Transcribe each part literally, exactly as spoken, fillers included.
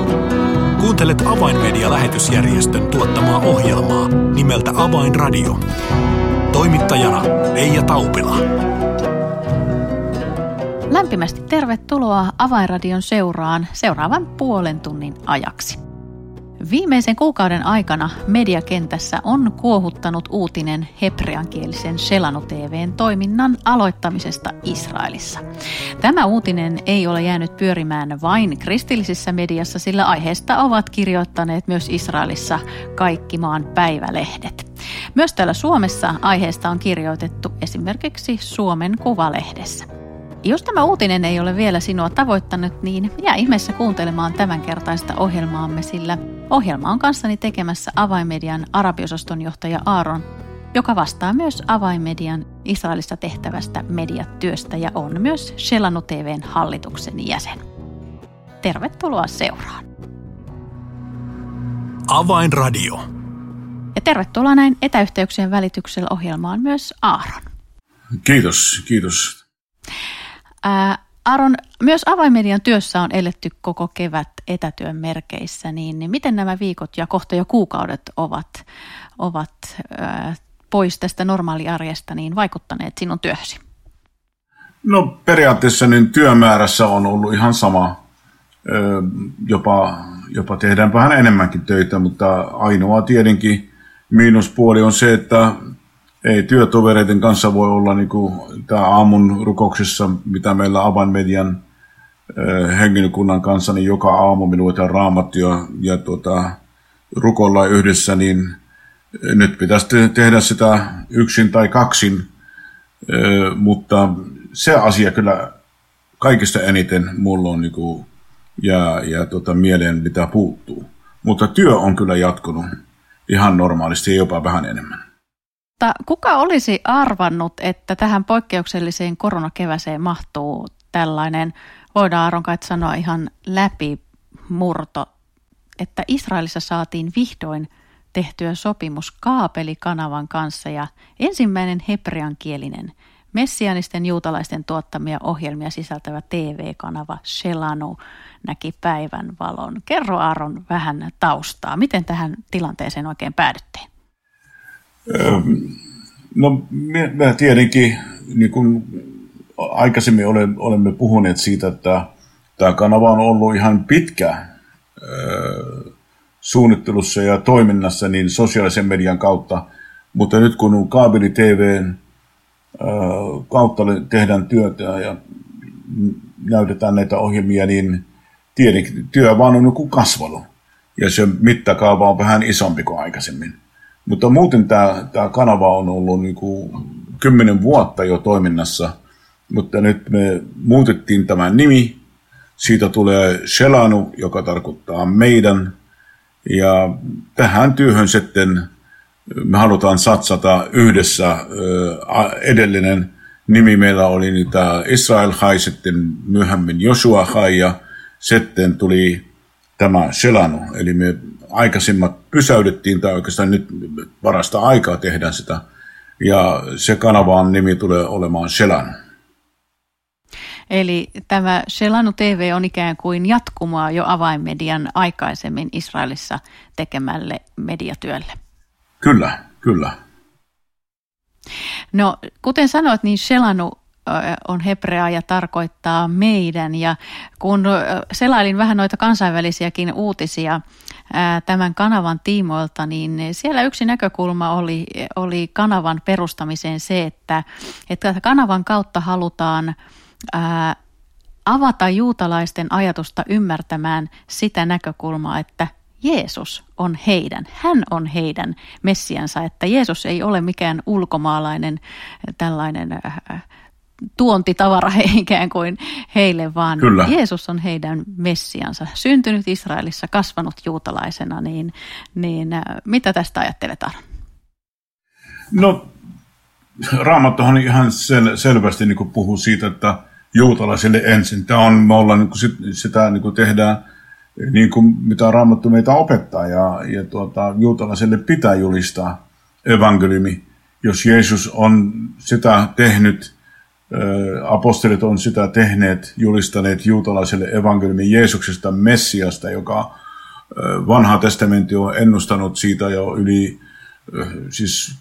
Kuuntelet Avainmedia-lähetysjärjestön tuottamaa ohjelmaa nimeltä Avainradio. Toimittajana Leija Taupila. Lämpimästi tervetuloa Avainradion seuraan seuraavan puolen tunnin ajaksi. Viimeisen kuukauden aikana mediakentässä on kuohuttanut uutinen hebreankielisen Shelanu T V:n toiminnan aloittamisesta Israelissa. Tämä uutinen ei ole jäänyt pyörimään vain kristillisessä mediassa, sillä aiheesta ovat kirjoittaneet myös Israelissa kaikki maan päivälehdet. Myös täällä Suomessa aiheesta on kirjoitettu esimerkiksi Suomen Kuvalehdessä. Jos tämä uutinen ei ole vielä sinua tavoittanut, niin jää ihmeessä kuuntelemaan tämänkertaista ohjelmaamme, sillä ohjelma on kanssani tekemässä Avainmedian arabiosaston johtaja Aaron, joka vastaa myös Avainmedian Israelissa tehtävästä mediatyöstä ja on myös Shelanu T V:n hallituksen jäsen. Tervetuloa seuraan. Avainradio. Ja tervetuloa näin etäyhteyksien välityksellä ohjelmaan myös Aaron. Kiitos, kiitos. Ää, Aaron, myös Avainmedian työssä on eletty koko kevät etätyön merkeissä, niin miten nämä viikot ja kohta jo kuukaudet ovat, ovat ää, pois tästä normaaliarjesta niin vaikuttaneet sinun työhösi? No periaatteessa niin työmäärässä on ollut ihan sama. Jopa, jopa tehdään vähän enemmänkin töitä, mutta ainoa tietenkin miinuspuoli on se, että ei työtovereiden kanssa voi olla niin kuin tämä aamun rukouksessa, mitä meillä Avainmedian henkilökunnan kanssa, niin joka aamu me luetaan raamattua ja tuota, rukoillaan yhdessä, niin nyt pitäisi tehdä sitä yksin tai kaksin, mutta se asia kyllä kaikista eniten mulla on niin kuin, ja, ja tuota, mieleen mitä puuttuu. Mutta työ on kyllä jatkunut ihan normaalisti ja jopa vähän enemmän. Mutta kuka olisi arvannut, että tähän poikkeukselliseen koronakeväseen mahtuu tällainen, voidaan Aaron kai sanoa ihan läpimurto, että Israelissa saatiin vihdoin tehtyä sopimus kaapelikanavan kanssa ja ensimmäinen hebreankielinen messianisten juutalaisten tuottamia ohjelmia sisältävä T V-kanava Shelanu näki päivän valon. Kerro Aaron vähän taustaa. Miten tähän tilanteeseen oikein päädyttiin? No me tietenkin, niin kuin aikaisemmin olemme puhuneet siitä, että tämä kanava on ollut ihan pitkä suunnittelussa ja toiminnassa niin sosiaalisen median kautta, mutta nyt kun kaapeli T V:n kautta tehdään työtä ja näytetään näitä ohjelmia, niin tietenkin työ vaan on kasvanut ja se mittakaava on vähän isompi kuin aikaisemmin. Mutta muuten tämä, tämä kanava on ollut niin kuin kymmenen vuotta jo toiminnassa, mutta nyt me muutettiin tämä nimi. Siitä tulee Shelanu, joka tarkoittaa meidän. Ja tähän työhön sitten me halutaan satsata yhdessä. Edellinen nimi meillä oli niitä Israel Hai, sitten myöhemmin Joshua Hai ja sitten tuli tämä Shelanu, eli me aikaisemmat pysäytettiin, tai oikeastaan nyt parasta aikaa tehdään sitä, ja se kanavan nimi tulee olemaan Shelanu. Eli tämä Shelanu T V on ikään kuin jatkumoa jo Avainmedian aikaisemmin Israelissa tekemälle mediatyölle. Kyllä, kyllä. No, kuten sanoit, niin Shelanu on hebreaa ja tarkoittaa meidän, ja kun selailin vähän noita kansainvälisiäkin uutisia tämän kanavan tiimoilta, niin siellä yksi näkökulma oli, oli kanavan perustamiseen se, että, että kanavan kautta halutaan ää, avata juutalaisten ajatusta ymmärtämään sitä näkökulmaa, että Jeesus on heidän, hän on heidän messiansa, että Jeesus ei ole mikään ulkomaalainen tällainen äh, tuontitavara ikään kuin heille, vaan Kyllä. Jeesus on heidän messiansa, syntynyt Israelissa, kasvanut juutalaisena, niin, niin mitä tästä ajattelet, Aaron? No, Raamattohan ihan sel- selvästi niin kuin puhuu siitä, että juutalaisille ensin. Tämä on, me ollaan, niin kuin sit, sitä niin kuin tehdään, niin kuin mitä Raamattu meitä opettaa, ja, ja tuota, juutalaisille pitää julistaa evankeliumi. Jos Jeesus on sitä tehnyt Apostolit on sitä tehneet, julistaneet juutalaiselle evankeliumin Jeesuksesta Messiasta, joka vanha testamentti on ennustanut siitä jo yli siis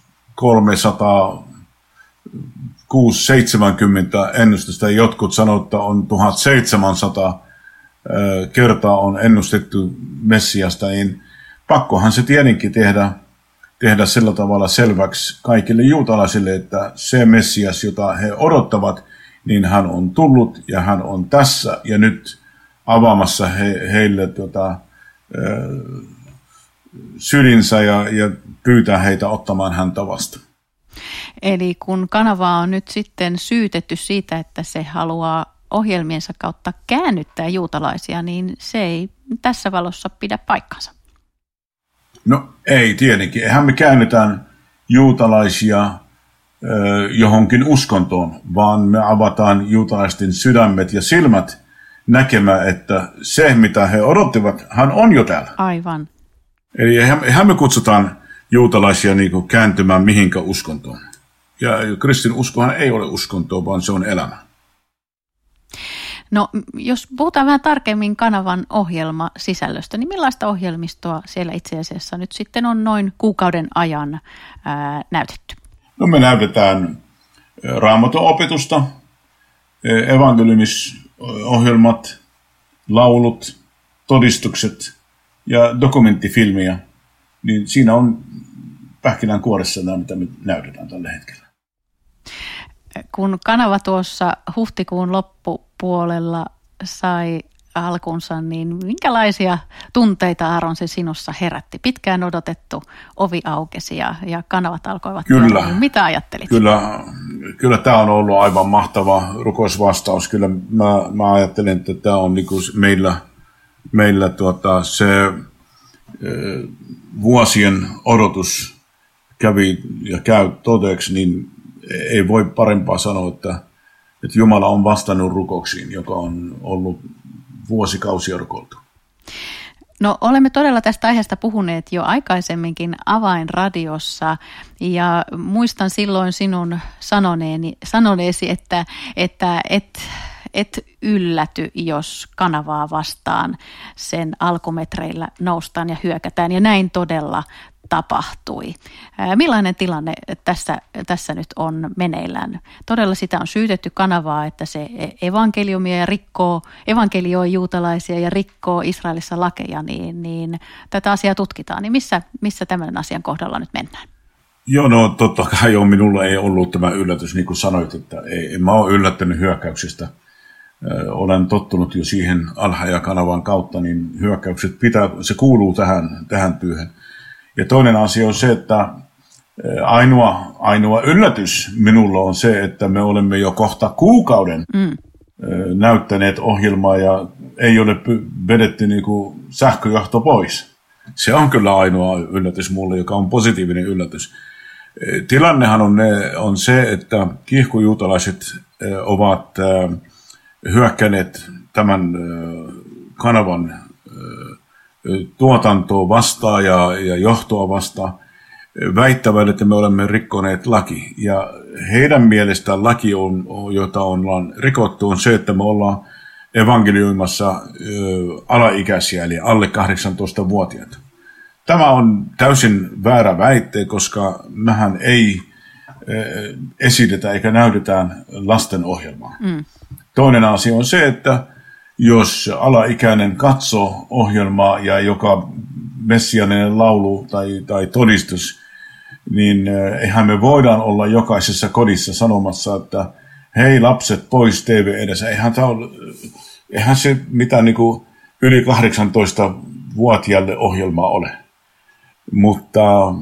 kolmesataakuusi seitsemänkymmentä ennustusta. Jotkut sanovat, että on tuhatseitsemänsataa kertaa on ennustettu Messiasta, niin pakkohan se tietenkin tehdä, tehdä sillä tavalla selväksi kaikille juutalaisille, että se Messias, jota he odottavat, niin hän on tullut ja hän on tässä ja nyt avaamassa he, heille tuota, sydänsä ja, ja pyytää heitä ottamaan häntä vastaan. Eli kun kanavaa on nyt sitten syytetty siitä, että se haluaa ohjelmiensa kautta käännyttää juutalaisia, niin se ei tässä valossa pidä paikkansa. No ei tietenkin. Eihän me käännytään juutalaisia ö, johonkin uskontoon, vaan me avataan juutalaisten sydämet ja silmät näkemään, että se mitä he odottivat, hän on jo täällä. Aivan. Eli eihän, eihän me kutsutaan juutalaisia niin kuin kääntymään mihinkä uskontoon. Ja kristin uskohan ei ole uskontoa, vaan se on elämä. No, jos puhutaan vähän tarkemmin kanavan ohjelmasisällöstä, niin millaista ohjelmistoa siellä itse asiassa nyt sitten on noin kuukauden ajan ää, näytetty? No me näytetään Raamatun opetusta, evankeliumisohjelmat, laulut, todistukset ja dokumenttifilmiä. Niin siinä on pähkinänkuoressa nämä, mitä me näytetään tällä hetkellä. Kun kanava tuossa huhtikuun loppupuolella sai alkunsa, niin minkälaisia tunteita, Aaron, se sinussa herätti? Pitkään odotettu ovi aukesi ja, ja kanavat alkoivat kyllä, työtä. Niin mitä ajattelit? Kyllä, kyllä tämä on ollut aivan mahtava rukousvastaus. Kyllä mä, mä ajattelen, että tämä on niinku meillä, meillä tuota, se e, vuosien odotus kävi ja käy todeksi, niin ei voi parempaa sanoa, että, että Jumala on vastannut rukouksiin, joka on ollut vuosikausia rukoiltu. No, olemme todella tästä aiheesta puhuneet jo aikaisemminkin Avainradiossa ja muistan silloin sinun sanoneeni, sanoneesi, että, että et, et ylläty, jos kanavaa vastaan sen alkumetreillä noustaan ja hyökätään, ja näin todella tapahtui. Millainen tilanne tässä, tässä nyt on meneillään? Todella sitä on syytetty kanavaa, että se evankeliumia ja rikkoo, evankelioi juutalaisia ja rikkoo Israelissa lakeja, niin, niin tätä asiaa tutkitaan. Niin missä, missä tämän asian kohdalla nyt mennään? Joo, no totta kai on, minulla ei ollut tämä yllätys, niin kuin sanoit, että ei, en mä ole yllättänyt hyökkäyksistä. Olen tottunut jo siihen Al-Haya-kanavan kautta, niin hyökkäykset pitää, se kuuluu tähän, tähän työhön. Ja toinen asia on se, että ainoa, ainoa yllätys minulla on se, että me olemme jo kohta kuukauden mm. näyttäneet ohjelmaa ja ei ole vedetty niin kuin sähköjohto pois. Se on kyllä ainoa yllätys mulle, joka on positiivinen yllätys. Tilannehan on, ne, on se, että kiihkojuutalaiset ovat hyökkäneet tämän kanavan tuotantoa vastaan ja, ja johtoa vastaan, väittävät, että me olemme rikkoneet laki. Ja heidän mielestään laki, on, jota ollaan rikottu, on se, että me ollaan evankelioimassa ö, alaikäisiä, eli alle kahdeksantoistavuotiaita. Tämä on täysin väärä väite, koska mehän ei ö, esitetä eikä näytetään lasten ohjelmaa. Mm. Toinen asia on se, että jos alaikäinen katsoo ohjelmaa ja joka messianinen laulu tai, tai todistus, niin eihän me voidaan olla jokaisessa kodissa sanomassa, että hei lapset pois T V edessä. Eihän, ole, eihän se mitään niin kuin yli kahdeksantoistavuotiaille ohjelmaa ole. Mutta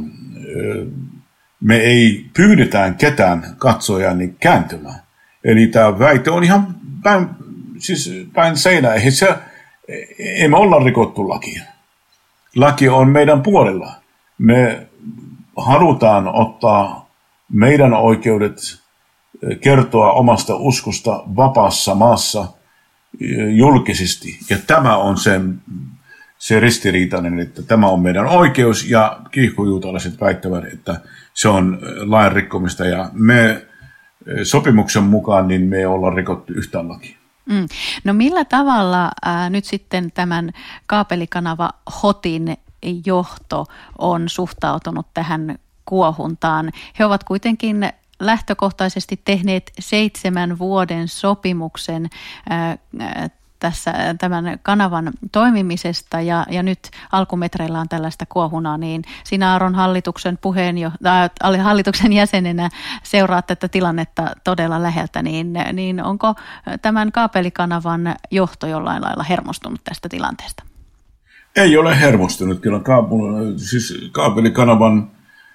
me ei pyydetään ketään katsojaan kääntymään. Eli tämä väite on ihan päin, siis päin seinää. Ei, se, ei me olla rikottu lakia. Laki on meidän puolella. Me halutaan ottaa meidän oikeudet kertoa omasta uskosta vapaassa maassa julkisesti. Ja tämä on se, se ristiriitainen, että tämä on meidän oikeus, ja kiihkojuutalaiset väittävät, että se on lain rikkomista. Ja me sopimuksen mukaan niin me ei olla rikottu yhtään lakia. Mm. No millä tavalla ää, nyt sitten tämän kaapelikanava Hotin johto on suhtautunut tähän kuohuntaan? He ovat kuitenkin lähtökohtaisesti tehneet seitsemän vuoden sopimuksen ää, tässä tämän kanavan toimimisesta ja, ja nyt alkumetreillä on tällaista kuohunaa, niin sinä Aaron hallituksen, puheenjo- hallituksen jäsenenä seuraat tätä tilannetta todella läheltä, niin, niin onko tämän kaapelikanavan johto jollain lailla hermostunut tästä tilanteesta? Ei ole hermostunut. Kyllä kaapul- siis kaapelikanavan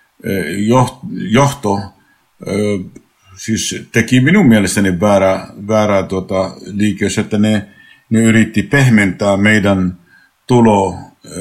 johto siis teki minun mielestäni väärää, väärää tuota liikeys, että ne Ne yritti pehmentää meidän tulo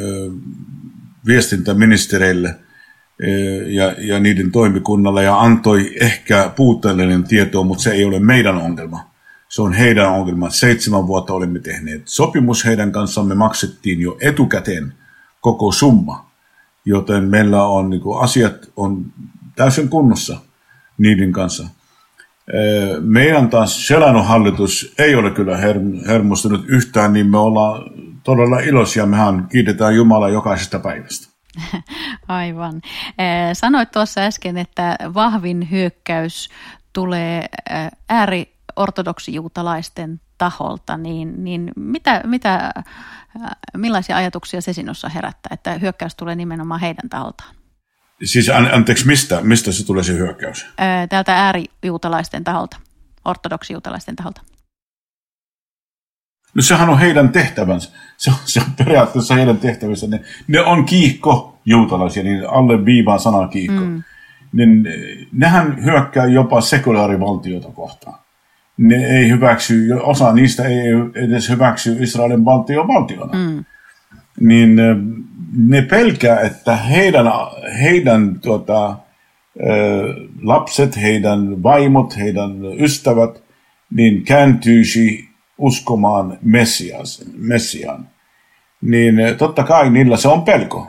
viestintäministereille ja, ja niiden toimikunnalle ja antoi ehkä puutteellinen tietoa, mutta se ei ole meidän ongelma. Se on heidän ongelma. Seitsemän vuotta olemme tehneet sopimus heidän kanssaan, me maksettiin jo etukäteen koko summa, joten meillä on niin kuin, asiat on täysin kunnossa niiden kanssa. Meidän taas Selanon hallitus ei ole kyllä her- hermostunut yhtään, niin me ollaan todella iloisia. Mehän kiitetään Jumalaa jokaisesta päivästä. Aivan. Sanoit tuossa äsken, että vahvin hyökkäys tulee ääriortodoksijuutalaisten taholta, niin, niin mitä, mitä, millaisia ajatuksia se sinussa herättää, että hyökkäys tulee nimenomaan heidän taholtaan? Siis anteeksi, mistä, mistä se tulee se hyökkäys? Täältä äärijuutalaisten taholta, ortodoksijuutalaisten taholta. No sehän on heidän tehtävänsä. Se on, se on periaatteessa heidän tehtävänsä. Ne, ne on kiihko-juutalaisia, niin alle viivaan sana kiihko. Mm. Niin, nehän hyökkää jopa sekulaarivaltiota kohtaan. Ne ei hyväksy, osa niistä ei edes hyväksy Israelin valtio valtiona. Mm. Niin ne pelkää, että heidän, heidän tuota, lapset, heidän vaimot, heidän ystävät, niin kääntyisi uskomaan Messias, Messiaan. Niin totta kai niillä se on pelko.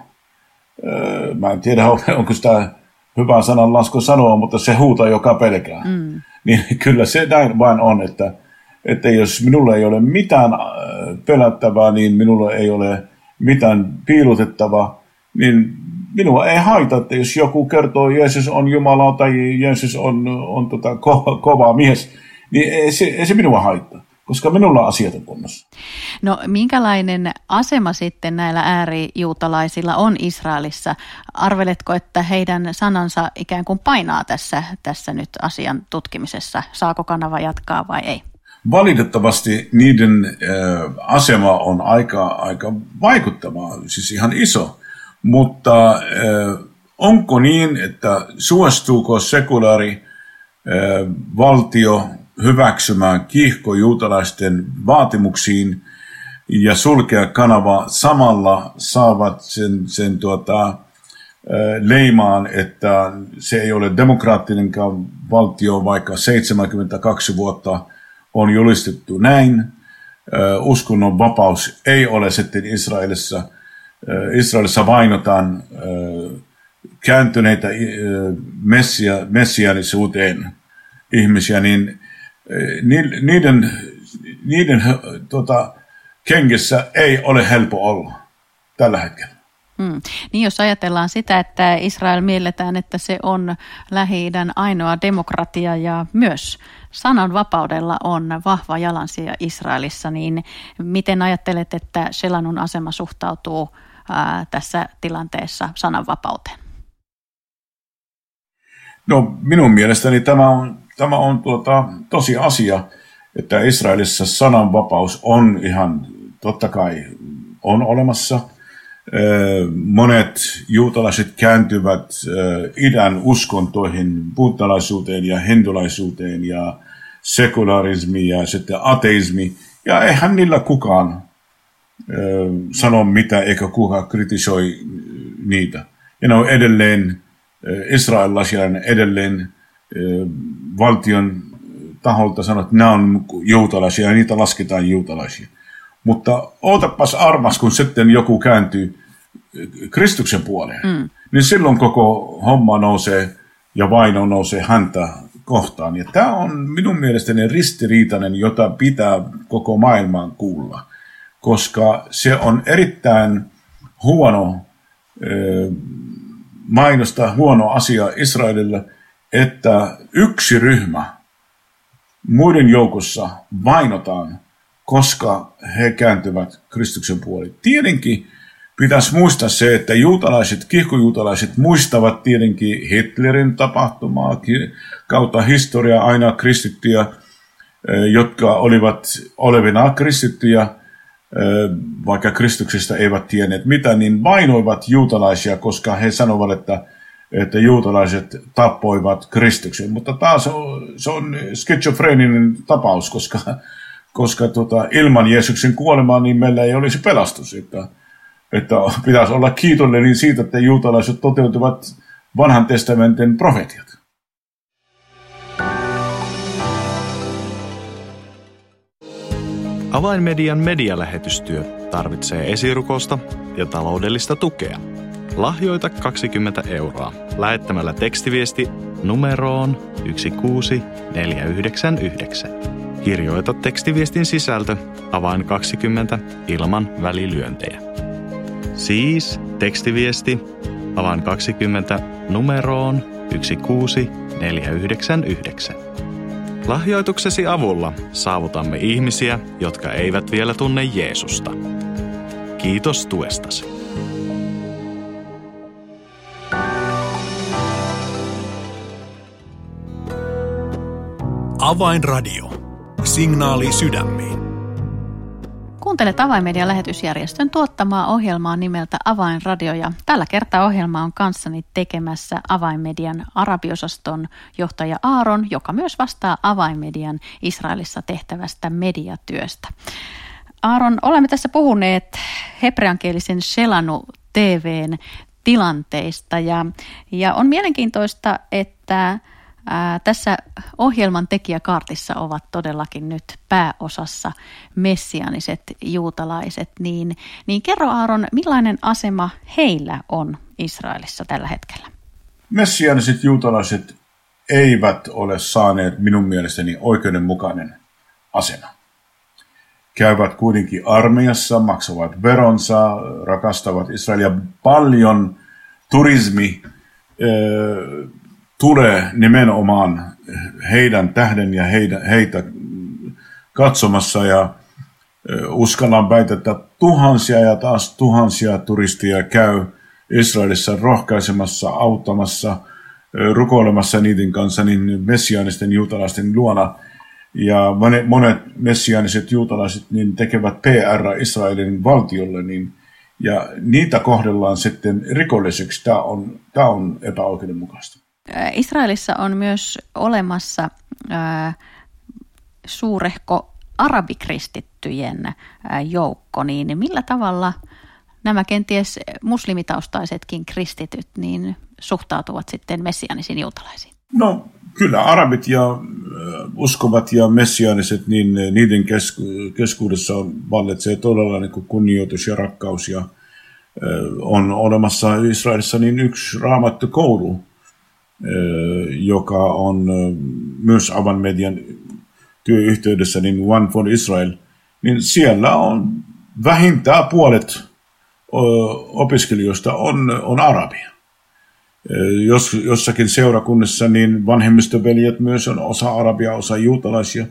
Mä en tiedä, onko sitä hyvää sananlasku sanoa, mutta se huutaa, joka pelkää. Mm. Niin kyllä se näin vain on, että, että jos minulla ei ole mitään pelättävää, niin minulla ei ole mitään piilotettavaa, niin minua ei haita, että jos joku kertoo, Jeesus on Jumala tai Jeesus on, on tota, ko- kova mies, niin ei se, ei se minua haittaa, koska minulla on asiat on kunnossa. No minkälainen asema sitten näillä äärijuutalaisilla on Israelissa? Arveletko, että heidän sanansa ikään kuin painaa tässä, tässä nyt asian tutkimisessa? Saako kanava jatkaa vai ei? Valitettavasti niiden äh, asema on aika, aika vaikuttava, siis ihan iso, mutta äh, onko niin, että suostuuko sekulaari äh, valtio hyväksymään kiihkojuutalaisten vaatimuksiin ja sulkea kanava samalla saavat sen, sen tuota, äh, leimaan, että se ei ole demokraattinenkaan valtio, vaikka seitsemänkymmentäkaksi vuotta on julistettu näin. Uskonnon vapaus ei ole sitten Israelissa. Israelissa vainotaan kääntyneitä messia, messiaalisuuteen ihmisiä, niin niiden, niiden tuota, kengissä ei ole helppo olla tällä hetkellä. Hmm. Niin jos ajatellaan sitä, että Israel mielletään, että se on Lähi-idän ainoa demokratia ja myös sananvapaudella on vahva jalansija Israelissa, niin miten ajattelet, että Shelanun asema suhtautuu ää, tässä tilanteessa sananvapauteen? No minun mielestäni tämä on, tämä on tuota, tosi asia, että Israelissa sananvapaus on ihan totta kai on olemassa. Monet juutalaiset kääntyvät idän uskontoihin, buddhalaisuuteen ja hindulaisuuteen ja sekularismi ja sitten ateismi. Ja eihän niillä kukaan sano mitä eikä kukaan kritisoi niitä. Ja ne on edelleen israelilaisia, edelleen valtion taholta sanoo, että nämä on juutalaisia ja niitä lasketaan juutalaisia. Mutta ootapas armas, kun sitten joku kääntyy Kristuksen puoleen, mm. niin silloin koko homma nousee ja vaino nousee häntä kohtaan. Ja tämä on minun mielestäni ristiriitainen, jota pitää koko maailman kuulla, koska se on erittäin huono mainosta, huono asia Israelille, että yksi ryhmä muiden joukossa vainotaan, koska he kääntyvät Kristuksen puolelle. Tietenkin pitäisi muistaa se, että juutalaiset, kiihkojuutalaiset muistavat tietenkin Hitlerin tapahtumaa kautta historiaa aina kristittyjä, jotka olivat olevina kristittyjä, vaikka Kristuksesta eivät tienneet mitä, niin vainoivat juutalaisia, koska he sanovat, että, että juutalaiset tappoivat Kristuksen. Mutta taas on, se on skitsofreeninen tapaus, koska, koska tota, ilman Jeesuksen kuolemaa niin meillä ei olisi pelastus. Että, että pitäisi olla kiitollinen siitä, että juutalaiset toteutuvat vanhan testamentin profetiat. Avainmedian medialähetystyö tarvitsee esirukousta ja taloudellista tukea. Lahjoita kaksikymmentä euroa lähettämällä tekstiviesti numeroon yksi kuusi neljä yhdeksän yhdeksän. Kirjoita tekstiviestin sisältö avain kaksikymmentä ilman välilyöntejä. Siis tekstiviesti avain kaksikymmentä numeroon yksi kuusi neljä yhdeksän yhdeksän. Lahjoituksesi avulla saavutamme ihmisiä, jotka eivät vielä tunne Jeesusta. Kiitos tuestasi. Avainradio. Signaali sydämiin. Kuuntelet Avainmedian lähetysjärjestön tuottamaa ohjelmaa nimeltä Avainradio, ja tällä kertaa ohjelma on kanssani tekemässä Avainmedian arabiosaston johtaja Aaron, joka myös vastaa Avainmedian Israelissa tehtävästä mediatyöstä. Aaron, olemme tässä puhuneet hebreankielisen Shelanu T V:n tilanteista, ja, ja on mielenkiintoista, että Ää, tässä ohjelman tekijäkaartissa ovat todellakin nyt pääosassa messianiset juutalaiset, niin, niin kerro Aaron, millainen asema heillä on Israelissa tällä hetkellä? Messianiset juutalaiset eivät ole saaneet minun mielestäni oikeudenmukainen asema. Käyvät kuitenkin armeijassa, maksavat veronsa, rakastavat Israelia paljon, turismi öö, tulee nimenomaan heidän tähden ja heitä, heitä katsomassa, ja uskallan väittää, että tuhansia ja taas tuhansia turistia käy Israelissa rohkaisemassa, auttamassa, rukoilemassa niiden kanssa niin messiaanisten juutalaisten luona. Ja monet messiaaniset juutalaiset niin tekevät P R Israelin valtiolle, niin, ja niitä kohdellaan sitten rikolliseksi. Tämä on, tämä on epäoikeudenmukaista. Israelissa on myös olemassa ää, suurehko arabikristittyjen ää, joukko, niin millä tavalla nämä kenties muslimitaustaisetkin kristityt niin suhtautuvat sitten messiaanisiin juutalaisiin? No kyllä arabit ja äh, uskovat ja messiaaniset, niin niiden kesku- keskuudessa on vallitsee todella niin kuin kunnioitus ja rakkaus, ja äh, on olemassa Israelissa niin yksi raamattu koulu, joka on myös Avainmedian työyhteydessä, niin One for Israel, niin siellä on vähintään puolet opiskelijoista on, on arabia. Jos, jossakin seurakunnassa niin vanhemmistoveljet myös on osa arabia, osa juutalaisia.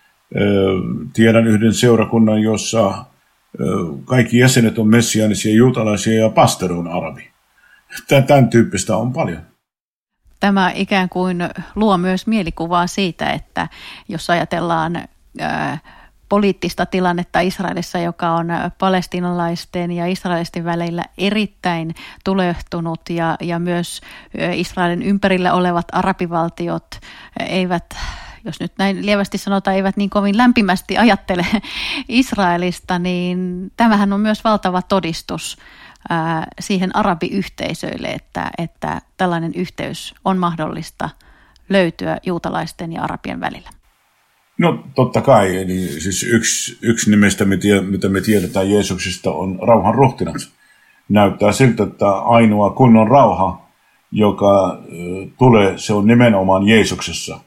Tiedän yhden seurakunnan, jossa kaikki jäsenet on messiaanisia juutalaisia ja pastori on arabi. Tämän tyyppistä on paljon. Tämä ikään kuin luo myös mielikuvaa siitä, että jos ajatellaan ää, poliittista tilannetta Israelissa, joka on palestiinalaisten ja israelisten välillä erittäin tulehtunut, ja, ja myös Israelin ympärillä olevat arabivaltiot eivät, jos nyt näin lievästi sanotaan, eivät niin kovin lämpimästi ajattele Israelista, niin tämähän on myös valtava todistus siihen arabiyhteisöille, että, että tällainen yhteys on mahdollista löytyä juutalaisten ja arabien välillä. No totta kai, eli siis yksi, yksi nimestä, mitä me tiedetään Jeesuksesta, on rauhan ruhtinas. Näyttää siltä, että ainoa kunnon rauha, joka tulee, se on nimenomaan Jeesuksessa.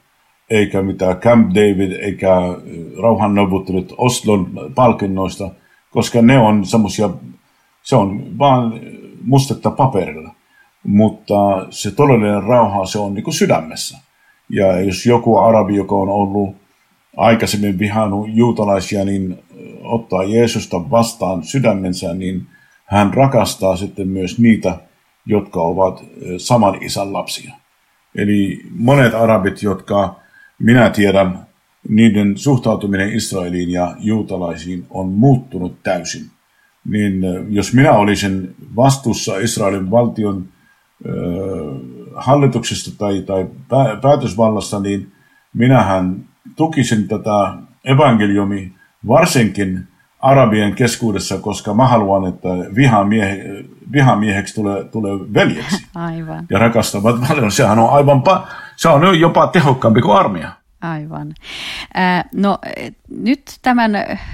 eikä mitään Camp David, eikä rauhanneuvottelut Oslon palkinnoista, koska ne on semmoisia, se on vaan mustetta paperilla. Mutta se todellinen rauha, se on niin kuin sydämessä. Ja jos joku arabi, joka on ollut aikaisemmin vihannut juutalaisia, niin ottaa Jeesusta vastaan sydämensä, niin hän rakastaa sitten myös niitä, jotka ovat saman isän lapsia. Eli monet arabit, jotka minä tiedän, niiden suhtautuminen Israeliin ja juutalaisiin on muuttunut täysin. Niin jos minä olisin vastuussa Israelin valtion äh, hallituksesta tai, tai päätösvallassa, niin minähän tukisin tätä evankeliumia varsinkin arabien keskuudessa, koska mä haluan, että vihamiehe, vihamieheksi tulee, tulee veljeksi. Aivan. Ja rakastavat paljon. Sehän on aivan, pa- se on jopa tehokkaampi kuin armeija. Aivan. Äh, no nyt tämän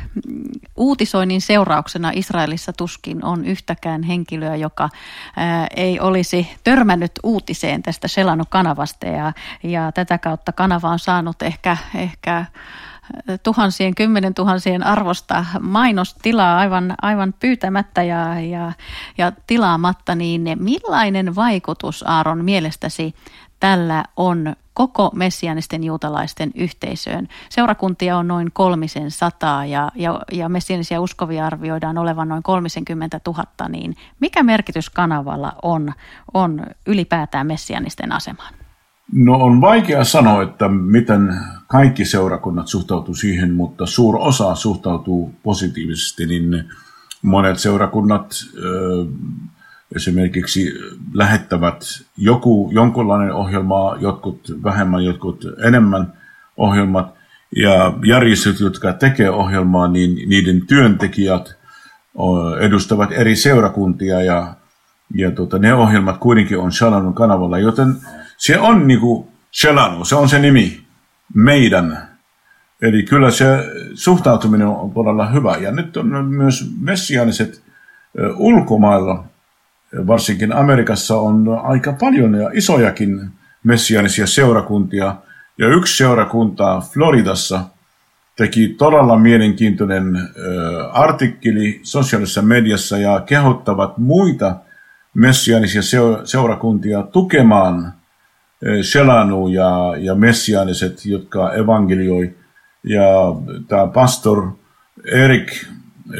uutisoinnin seurauksena Israelissa tuskin on yhtäkään henkilöä, joka äh, ei olisi törmännyt uutiseen tästä Shelanu-kanavasta ja, ja tätä kautta kanava on saanut ehkä, ehkä tuhansien, kymmenen tuhansien arvosta mainostilaa aivan, aivan pyytämättä ja, ja, ja tilaamatta, niin millainen vaikutus, Aaron, mielestäsi tällä on koko messianisten juutalaisten yhteisöön? Seurakuntia on noin kolmisen sataa ja, ja, ja messianisia uskovia arvioidaan olevan noin kolmekymmentä tuhatta, niin mikä merkitys kanavalla on, on ylipäätään messianisten asemaan? No on vaikea sanoa, että miten kaikki seurakunnat suhtautuu siihen, mutta suur osa suhtautuu positiivisesti, niin monet seurakunnat ö, esimerkiksi lähettävät joku, jonkunlainen ohjelma, jotkut vähemmän, jotkut enemmän ohjelmat, ja järjestöt, jotka tekee ohjelmaa, niin niiden työntekijät edustavat eri seurakuntia, ja, ja tota, ne ohjelmat kuitenkin on Shelanun kanavalla, joten se on niinku Shelanu, se on se nimi, meidän. Eli kyllä se suhtautuminen on todella hyvä. Ja nyt on myös messiaaniset ulkomailla, varsinkin Amerikassa on aika paljon ja isojakin messiaanisia seurakuntia. Ja yksi seurakunta Floridassa teki todella mielenkiintoinen artikkeli sosiaalisessa mediassa ja kehottavat muita messiaanisia seurakuntia tukemaan Shelanu ja, ja messiaaniset, jotka evangelioi. Ja tämä pastor Erik äh,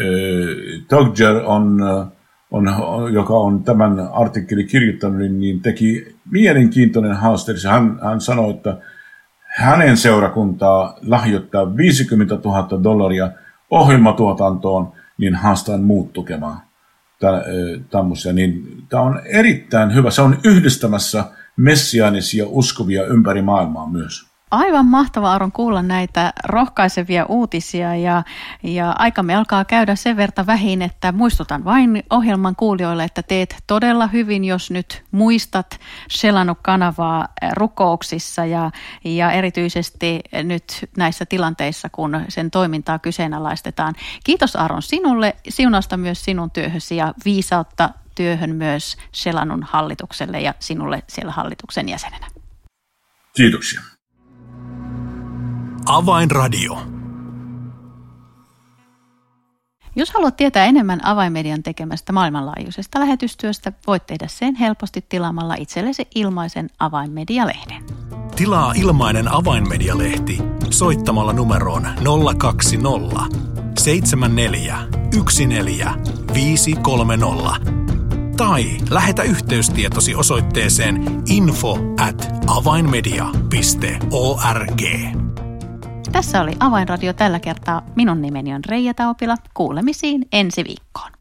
Togger, on, on, joka on tämän artikkelin kirjoittanut, niin teki mielenkiintoinen haaste. Hän, hän sanoi, että hänen seurakuntaa lahjoittaa viisikymmentätuhatta dollaria ohjelmatuotantoon, niin haastaan muut tukemaan tämmöisiä. Niin tämä on erittäin hyvä. Se on yhdistämässä messiaanisia uskovia ympäri maailmaa myös. Aivan mahtavaa, Aaron, kuulla näitä rohkaisevia uutisia ja, ja aikamme alkaa käydä sen verta vähin, että muistutan vain ohjelman kuulijoille, että teet todella hyvin, jos nyt muistat Shelanu-kanavaa rukouksissa ja, ja erityisesti nyt näissä tilanteissa, kun sen toimintaa kyseenalaistetaan. Kiitos, Aaron, sinulle, siunausta myös sinun työhösi ja viisautta työhön myös Shelanun hallitukselle ja sinulle siellä hallituksen jäsenenä. Kiitoksia. Avainradio. Jos haluat tietää enemmän Avainmedian tekemästä maailmanlaajuisesta lähetystyöstä, voit tehdä sen helposti tilaamalla itsellesi ilmaisen Avainmedia-lehden. Tilaa ilmainen Avainmedia-lehti soittamalla numeroon nolla kaksi nolla seitsemän neljä yksi neljä viisi kolme nolla tai lähetä yhteystietosi osoitteeseen info at avainmedia piste org. Tässä oli Avainradio tällä kertaa. Minun nimeni on Reija Taupila. Kuulemisiin ensi viikkoon.